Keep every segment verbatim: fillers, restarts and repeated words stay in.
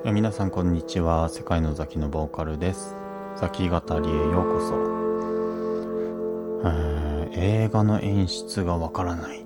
え皆さんこんにちは。世界のザキのボーカルです。ザキ語りへようこそ。えー映画の演出がわからない。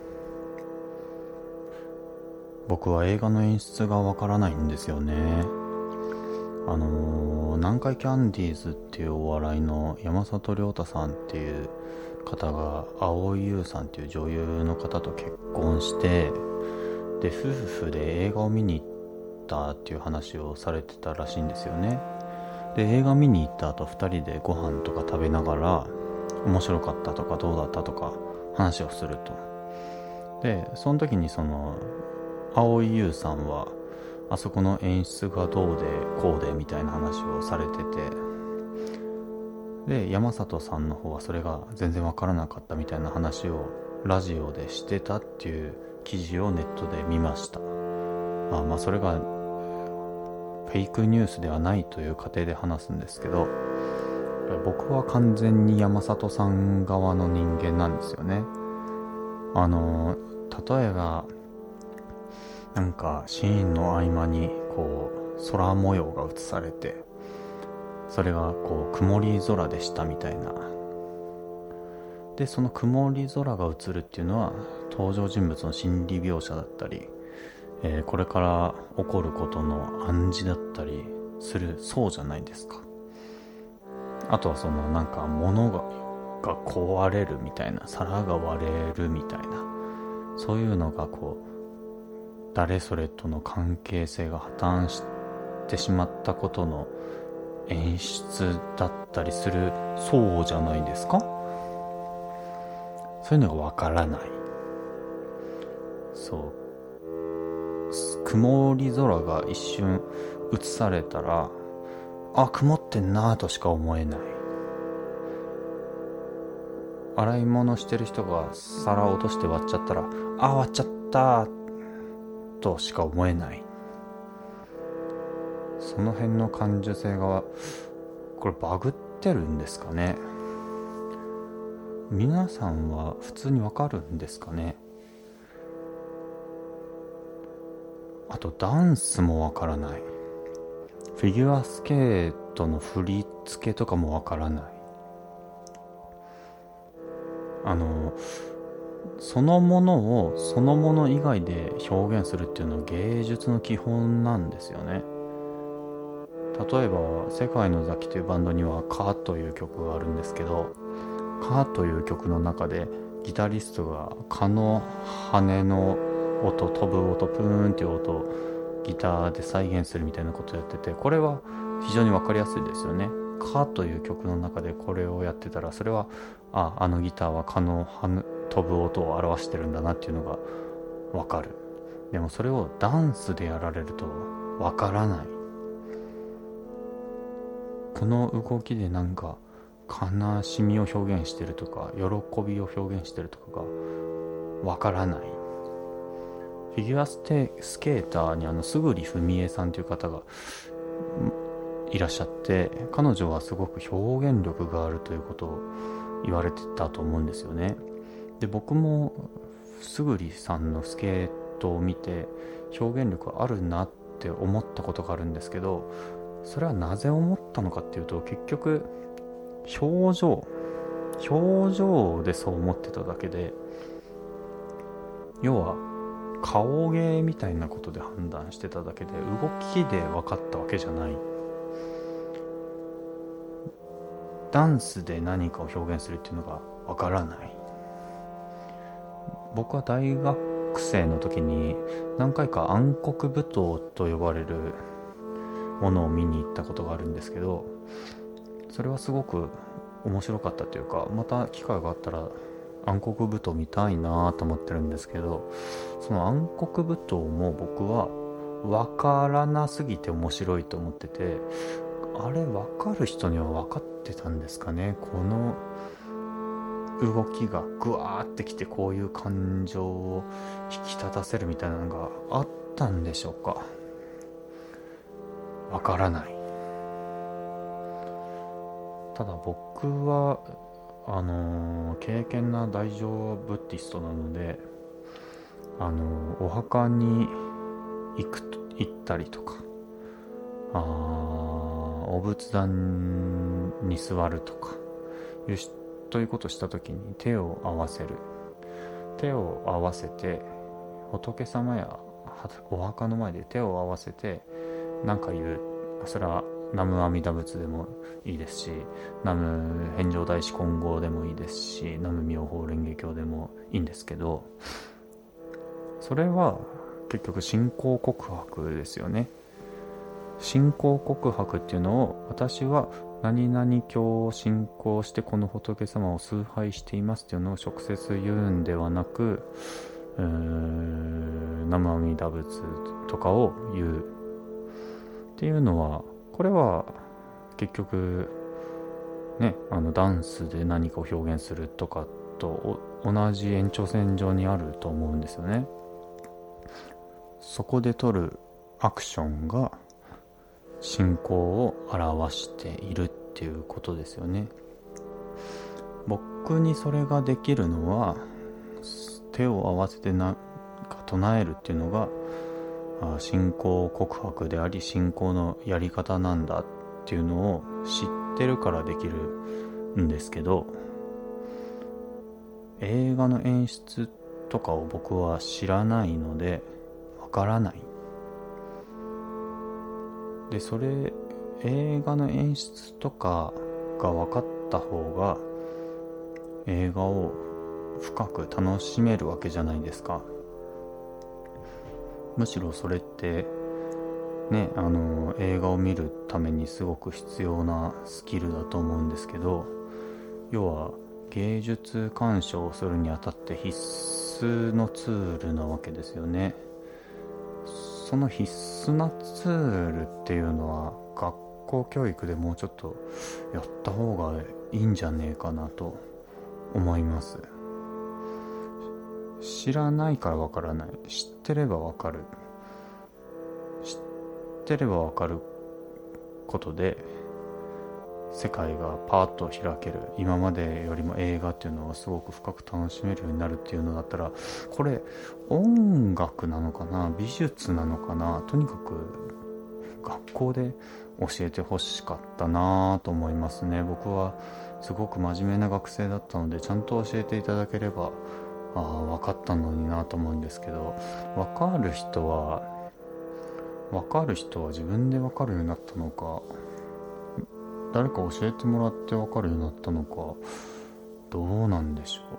僕は映画の演出がわからないんですよね。あのー、南海キャンディーズっていうお笑いの山里亮太さんっていう方が蒼井優さんっていう女優の方と結婚して、で夫婦で映画を見に行ったっていう話をされてたらしいんですよね。で映画見に行った後ふたりでご飯とか食べながら面白かったとかどうだったとか話をすると。でその時にその蒼井優さんはあそこの演出がどうでこうでみたいな話をされてて、で山里さんの方はそれが全然わからなかったみたいな話をラジオでしてたっていう記事をネットで見ました。まあまあそれがフェイクニュースではないという過程で話すんですけど、僕は完全に山里さん側の人間なんですよね。あの例えばなんかシーンの合間にこう空模様が映されて、それがこう曇り空でしたみたいな。でその曇り空が映るっていうのは登場人物の心理描写だったり、えー、これから起こることの暗示だったりするそうじゃないですか。あとはそのなんか物がが壊れるみたいな、皿が割れるみたいな、そういうのがこう誰それとの関係性が破綻してしまったことの演出だったりするそうじゃないですか。そういうのがわからない。そう曇り空が一瞬映されたら、あ、曇ってんなとしか思えない。洗い物してる人が皿を落として割っちゃったら、あ、割っちゃったとしか思えない。その辺の感受性がこれバグってるんですかね。皆さんは普通にわかるんですかね。あとダンスもわからない。フィギュアスケートの振り付けとかもわからない。あのそのものをそのもの以外で表現するっていうのは芸術の基本なんですよね。例えば世界のザキというバンドにはカーという曲があるんですけど、カーという曲の中でギタリストが蚊の羽の音、飛ぶ音、プーンっていう音をギターで再現するみたいなことをやってて、これは非常に分かりやすいですよね。蚊という曲の中でこれをやってたら、それはあ、あのギターは蚊の羽飛ぶ音を表してるんだなっていうのが分かる。でもそれをダンスでやられると分からない。この動きでなんか悲しみを表現してるとか喜びを表現してるとかが分からない。フィギュアステスケーターにあの菅理文江さんという方がいらっしゃって、彼女はすごく表現力があるということを言われてたと思うんですよね。で僕も菅理さんのスケートを見て表現力あるなって思ったことがあるんですけど、それはなぜ思ったのかっていうと、結局表情表情でそう思ってただけで、要は顔芸みたいなことで判断してただけで、動きで分かったわけじゃない。ダンスで何かを表現するっていうのが分からない。僕は大学生の時に何回か暗黒舞踏と呼ばれるものを見に行ったことがあるんですけど、それはすごく面白かったというか、また機会があったら暗黒舞踏見たいなと思ってるんですけど、その暗黒舞踏も僕は分からなすぎて面白いと思ってて、あれ分かる人には分かってたんですかね。この動きがグワーってきてこういう感情を引き立たせるみたいなのがあったんでしょうか。分からない。ただ僕はあのー、敬虔な大乗ブッディストなので、あのー、お墓に行く行ったりとか、 あお仏壇に座るとかいうしということをしたときに手を合わせる、手を合わせて仏様やお墓の前で手を合わせて何か言う、それは南無阿弥陀仏でもいいですし、南無返上大師金剛でもいいですし、南無妙法蓮華経でもいいんですけど、それは結局信仰告白ですよね。信仰告白っていうのを、私は何々教を信仰してこの仏様を崇拝していますっていうのを直接言うんではなく、うーん南無阿弥陀仏とかを言うっていうのは、これは結局ね、あのダンスで何かを表現するとかと同じ延長線上にあると思うんですよね。そこで取るアクションが信仰を表しているっていうことですよね。僕にそれができるのは、手を合わせてなんか唱えるっていうのが信仰告白であり、信仰のやり方なんだっていうのを知ってるからできるんですけど、映画の演出とかを僕は知らないのでわからない。で、それ映画の演出とかが分かった方が映画を深く楽しめるわけじゃないですか。むしろそれってね、あの映画を見るためにすごく必要なスキルだと思うんですけど、要は芸術鑑賞をするにあたって必須のツールなわけですよね。その必須なツールっていうのは学校教育でもうちょっとやった方がいいんじゃねえかなと思います。知らないからわからない、知ってればわかる、知ってればわかることで世界がパーッと開ける、今までよりも映画っていうのをすごく深く楽しめるようになるっていうのだったら、これ音楽なのかな、美術なのかな、とにかく学校で教えてほしかったなと思いますね。僕はすごく真面目な学生だったので、ちゃんと教えていただければああ分かったのになと思うんですけど、分かる人は分かる人は自分で分かるようになったのか、誰か教えてもらって分かるようになったのか、どうなんでしょ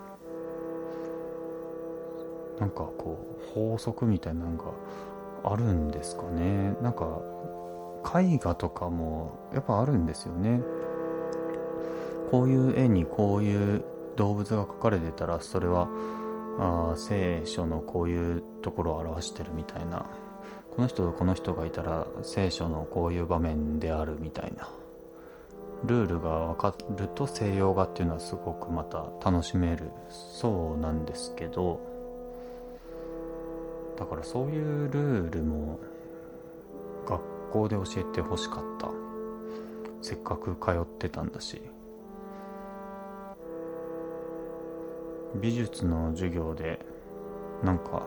う。なんかこう法則みたいなのがあるんですかね。なんか絵画とかもやっぱあるんですよね。こういう絵にこういう動物が描かれてたら、それはあ聖書のこういうところを表してるみたいな、この人とこの人がいたら聖書のこういう場面であるみたいなルールが分かると、西洋画っていうのはすごくまた楽しめるそうなんですけど、だからそういうルールも学校で教えてほしかった。せっかく通ってたんだし。美術の授業でなんか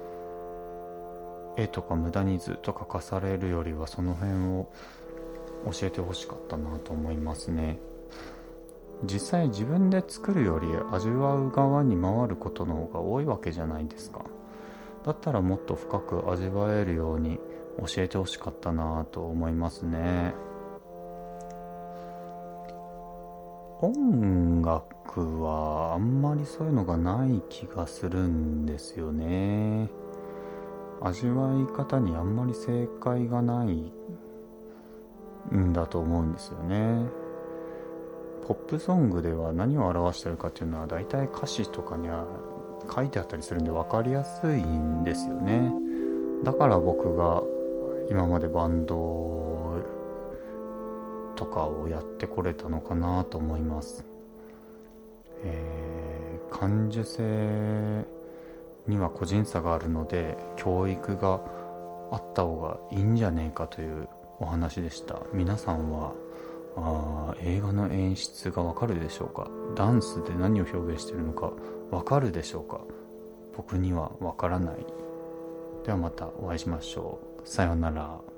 絵とか無駄にずっと描かされるよりは、その辺を教えてほしかったなと思いますね。実際自分で作るより味わう側に回ることの方が多いわけじゃないですか。だったらもっと深く味わえるように教えてほしかったなと思いますね。音楽はあんまりそういうのがない気がするんですよね。味わい方にあんまり正解がないんだと思うんですよね。ポップソングでは何を表してるかっていうのは大体歌詞とかには書いてあったりするんで分かりやすいんですよね。だから僕が今までバンドとかをやってこれたのかなと思います。えー、感受性には個人差があるので、教育があった方がいいんじゃねえかというお話でした。皆さんはあ映画の演出がわかるでしょうか。ダンスで何を表現しているのかわかるでしょうか。僕にはわからない。ではまたお会いしましょう。さようなら。